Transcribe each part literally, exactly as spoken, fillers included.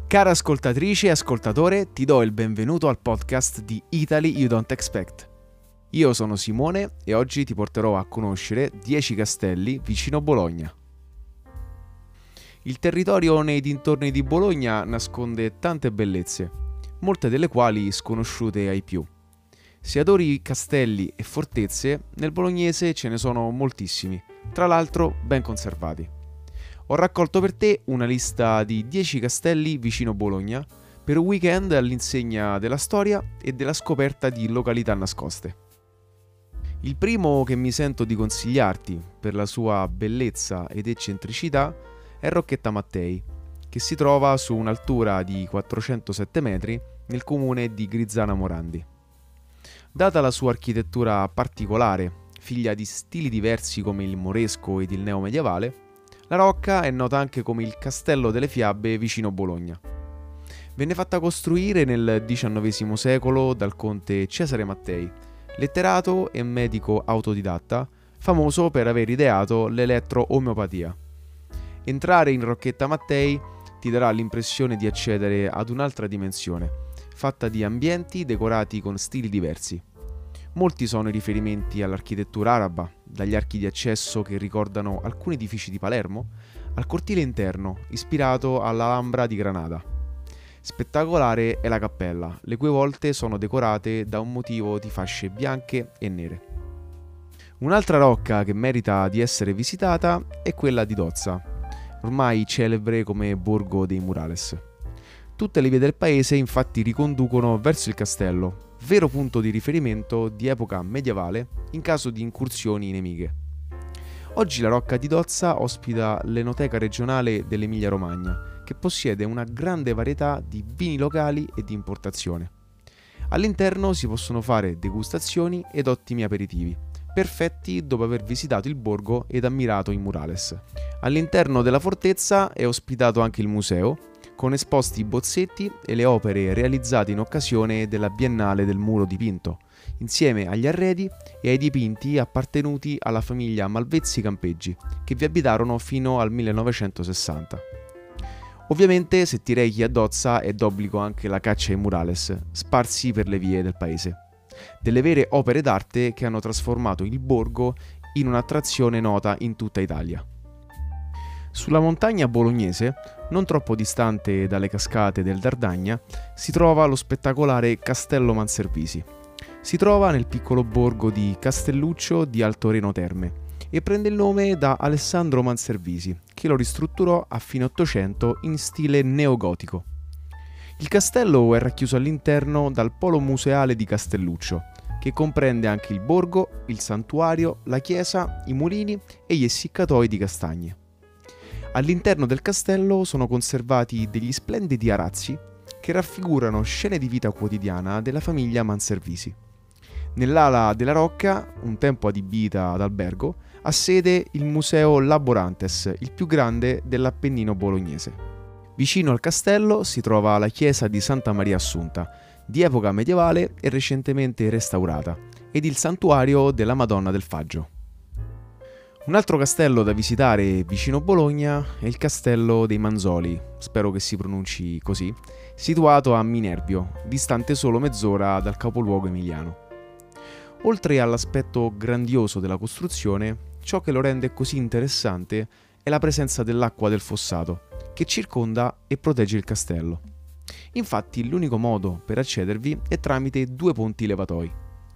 Cara ascoltatrice e ascoltatore, ti do il benvenuto al podcast di Italy You Don't Expect. Io sono Simone e oggi ti porterò a conoscere dieci castelli vicino Bologna. Il territorio nei dintorni di Bologna nasconde tante bellezze, molte delle quali sconosciute ai più. Se adori castelli e fortezze, nel bolognese ce ne sono moltissimi, tra l'altro ben conservati. Ho raccolto per te una lista di dieci castelli vicino Bologna per un weekend all'insegna della storia e della scoperta di località nascoste. Il primo che mi sento di consigliarti per la sua bellezza ed eccentricità è Rocchetta Mattei, che si trova su un'altura di quattrocentosette metri nel comune di Grizzana Morandi. Data la sua architettura particolare, figlia di stili diversi come il moresco ed il neomedievale, la rocca è nota anche come il Castello delle Fiabe vicino Bologna. Venne fatta costruire nel diciannovesimo secolo dal conte Cesare Mattei, letterato e medico autodidatta, famoso per aver ideato l'elettro-omeopatia. Entrare in Rocchetta Mattei ti darà l'impressione di accedere ad un'altra dimensione, fatta di ambienti decorati con stili diversi. Molti sono i riferimenti all'architettura araba, dagli archi di accesso che ricordano alcuni edifici di Palermo, al cortile interno, ispirato all'Alhambra di Granada. Spettacolare è la cappella, le cui volte sono decorate da un motivo di fasce bianche e nere. Un'altra rocca che merita di essere visitata è quella di Dozza, ormai celebre come borgo dei murales. Tutte le vie del paese infatti riconducono verso il castello, vero punto di riferimento di epoca medievale in caso di incursioni nemiche. Oggi la Rocca di Dozza ospita l'Enoteca regionale dell'Emilia-Romagna, che possiede una grande varietà di vini locali e di importazione. All'interno si possono fare degustazioni ed ottimi aperitivi, perfetti dopo aver visitato il borgo ed ammirato i murales. All'interno della fortezza è ospitato anche il museo, con esposti i bozzetti e le opere realizzate in occasione della Biennale del Muro dipinto, insieme agli arredi e ai dipinti appartenuti alla famiglia Malvezzi Campeggi, che vi abitarono fino al millenovecentosessanta. Ovviamente, se ti rechi a Dozza è d'obbligo anche la caccia ai murales, sparsi per le vie del paese. Delle vere opere d'arte che hanno trasformato il borgo in un'attrazione nota in tutta Italia. Sulla montagna bolognese, non troppo distante dalle cascate del Dardagna, si trova lo spettacolare Castello Manservisi. Si trova nel piccolo borgo di Castelluccio di Alto Reno Terme e prende il nome da Alessandro Manservisi, che lo ristrutturò a fine Ottocento in stile neogotico. Il castello è racchiuso all'interno dal polo museale di Castelluccio, che comprende anche il borgo, il santuario, la chiesa, i mulini e gli essiccatoi di castagne. All'interno del castello sono conservati degli splendidi arazzi che raffigurano scene di vita quotidiana della famiglia Manservisi. Nell'ala della rocca, un tempo adibita ad albergo, ha sede il Museo Laborantes, il più grande dell'Appennino bolognese. Vicino al castello si trova la chiesa di Santa Maria Assunta, di epoca medievale e recentemente restaurata, ed il santuario della Madonna del Faggio. Un altro castello da visitare vicino Bologna è il Castello dei Manzoli, spero che si pronunci così, situato a Minerbio, distante solo mezz'ora dal capoluogo emiliano. Oltre all'aspetto grandioso della costruzione, ciò che lo rende così interessante è la presenza dell'acqua del fossato, che circonda e protegge il castello. Infatti l'unico modo per accedervi è tramite due ponti levatoi.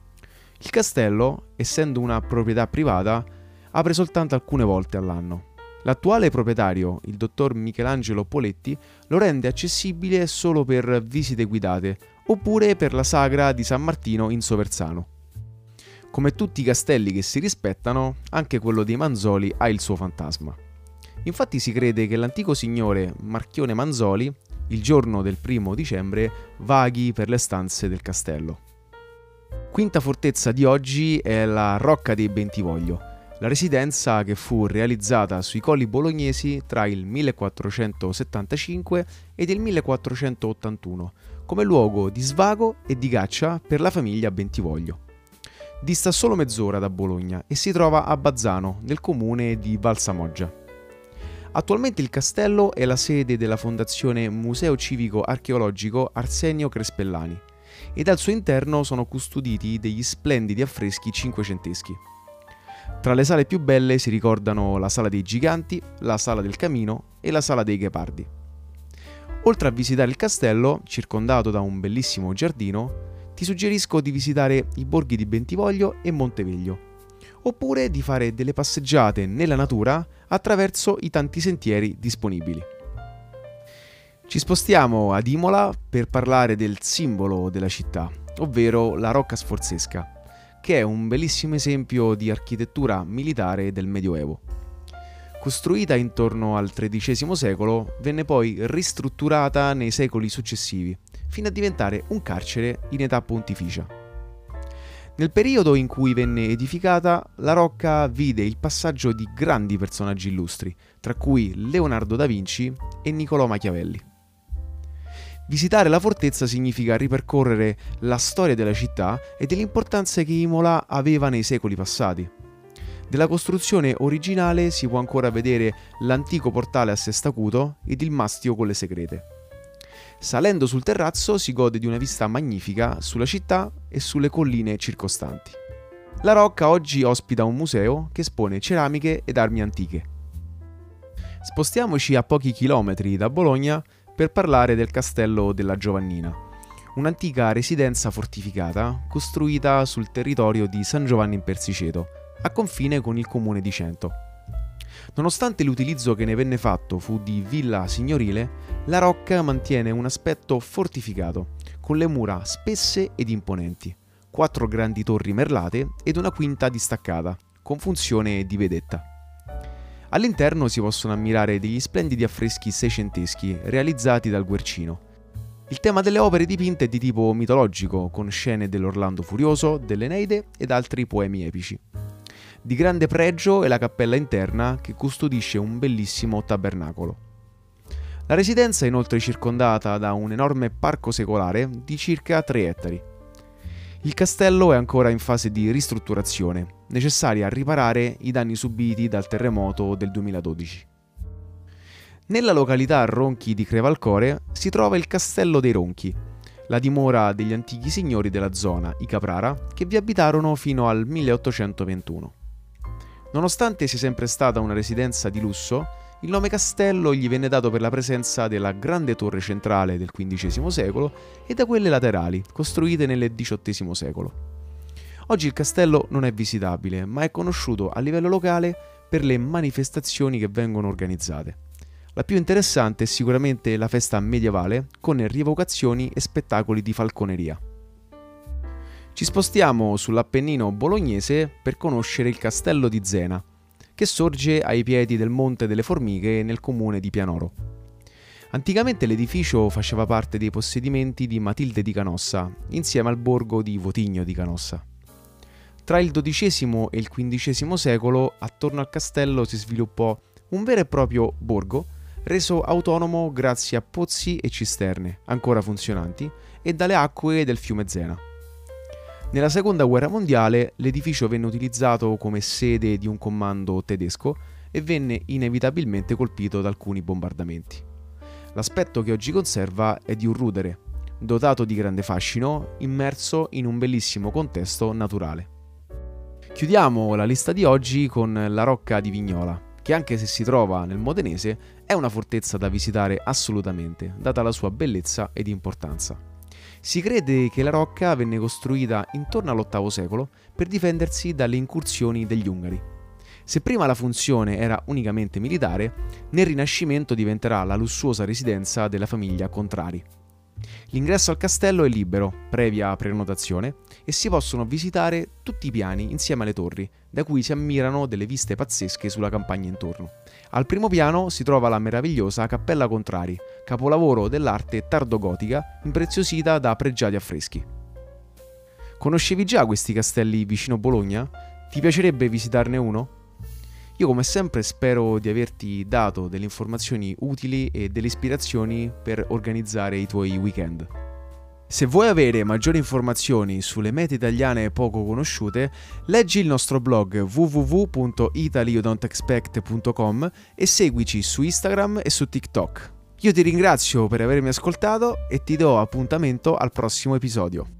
Il castello, essendo una proprietà privata, apre soltanto alcune volte all'anno. L'attuale proprietario, il dottor Michelangelo Poletti, lo rende accessibile solo per visite guidate oppure per la sagra di San Martino in Soverzano. Come tutti i castelli che si rispettano, anche quello dei Manzoli ha il suo fantasma. Infatti si crede che l'antico signore Marchione Manzoli, il giorno del primo dicembre, vaghi per le stanze del castello. Quinta fortezza di oggi è la Rocca dei Bentivoglio, la residenza che fu realizzata sui colli bolognesi tra il millequattrocentosettantacinque ed il millequattrocentottantuno, come luogo di svago e di caccia per la famiglia Bentivoglio. Dista solo mezz'ora da Bologna e si trova a Bazzano, nel comune di Valsamoggia. Attualmente il castello è la sede della Fondazione Museo Civico Archeologico Arsenio Crespellani ed al suo interno sono custoditi degli splendidi affreschi cinquecenteschi. Tra le sale più belle si ricordano la Sala dei Giganti, la Sala del Camino e la Sala dei Ghepardi. Oltre a visitare il castello, circondato da un bellissimo giardino, ti suggerisco di visitare i borghi di Bentivoglio e Monteveglio, oppure di fare delle passeggiate nella natura attraverso i tanti sentieri disponibili. Ci spostiamo ad Imola per parlare del simbolo della città, ovvero la Rocca Sforzesca, che è un bellissimo esempio di architettura militare del Medioevo. Costruita intorno al tredicesimo secolo, venne poi ristrutturata nei secoli successivi, fino a diventare un carcere in età pontificia. Nel periodo in cui venne edificata, la rocca vide il passaggio di grandi personaggi illustri, tra cui Leonardo da Vinci e Niccolò Machiavelli. Visitare la fortezza significa ripercorrere la storia della città e dell'importanza che Imola aveva nei secoli passati. Della costruzione originale si può ancora vedere l'antico portale a sé statuto ed il mastio con le segrete. Salendo sul terrazzo si gode di una vista magnifica sulla città e sulle colline circostanti. La Rocca oggi ospita un museo che espone ceramiche ed armi antiche. Spostiamoci a pochi chilometri da Bologna per parlare del castello della Giovannina, un'antica residenza fortificata costruita sul territorio di San Giovanni in Persiceto, a confine con il comune di Cento. Nonostante l'utilizzo che ne venne fatto fu di villa signorile, la Rocca mantiene un aspetto fortificato, con le mura spesse ed imponenti, quattro grandi torri merlate ed una quinta distaccata, con funzione di vedetta. All'interno si possono ammirare degli splendidi affreschi seicenteschi realizzati dal Guercino. Il tema delle opere dipinte è di tipo mitologico, con scene dell'Orlando Furioso, dell'Eneide ed altri poemi epici. Di grande pregio è la cappella interna che custodisce un bellissimo tabernacolo. La residenza è inoltre circondata da un enorme parco secolare di circa tre ettari. Il castello è ancora in fase di ristrutturazione, necessaria a riparare i danni subiti dal terremoto del duemiladodici. Nella località Ronchi di Crevalcore si trova il Castello dei Ronchi, la dimora degli antichi signori della zona, i Caprara, che vi abitarono fino al milleottocentoventuno. Nonostante sia sempre stata una residenza di lusso, il nome castello gli venne dato per la presenza della grande torre centrale del quindicesimo secolo e da quelle laterali, costruite nel diciottesimo secolo. Oggi il castello non è visitabile, ma è conosciuto a livello locale per le manifestazioni che vengono organizzate. La più interessante è sicuramente la festa medievale, con rievocazioni e spettacoli di falconeria. Ci spostiamo sull'Appennino bolognese per conoscere il castello di Zena, che sorge ai piedi del Monte delle Formiche nel comune di Pianoro. Anticamente l'edificio faceva parte dei possedimenti di Matilde di Canossa, insieme al borgo di Votigno di Canossa. Tra il dodicesimo e il quindicesimo secolo, attorno al castello si sviluppò un vero e proprio borgo, reso autonomo grazie a pozzi e cisterne, ancora funzionanti, e dalle acque del fiume Zena. Nella seconda guerra mondiale l'edificio venne utilizzato come sede di un comando tedesco e venne inevitabilmente colpito da alcuni bombardamenti. L'aspetto che oggi conserva è di un rudere, dotato di grande fascino, immerso in un bellissimo contesto naturale. Chiudiamo la lista di oggi con la Rocca di Vignola, che anche se si trova nel modenese è una fortezza da visitare assolutamente, data la sua bellezza ed importanza. Si crede che la rocca venne costruita intorno all'ottavo secolo per difendersi dalle incursioni degli Ungari. Se prima la funzione era unicamente militare, nel Rinascimento diventerà la lussuosa residenza della famiglia Contrari. L'ingresso al castello è libero, previa prenotazione, e si possono visitare tutti i piani insieme alle torri, da cui si ammirano delle viste pazzesche sulla campagna intorno. Al primo piano si trova la meravigliosa Cappella Contrari, capolavoro dell'arte tardogotica impreziosita da pregiati affreschi. Conoscevi già questi castelli vicino Bologna? Ti piacerebbe visitarne uno? Io come sempre spero di averti dato delle informazioni utili e delle ispirazioni per organizzare i tuoi weekend. Se vuoi avere maggiori informazioni sulle mete italiane poco conosciute, leggi il nostro blog w w w punto italy you don't expect punto com e seguici su Instagram e su TikTok. Io ti ringrazio per avermi ascoltato e ti do appuntamento al prossimo episodio.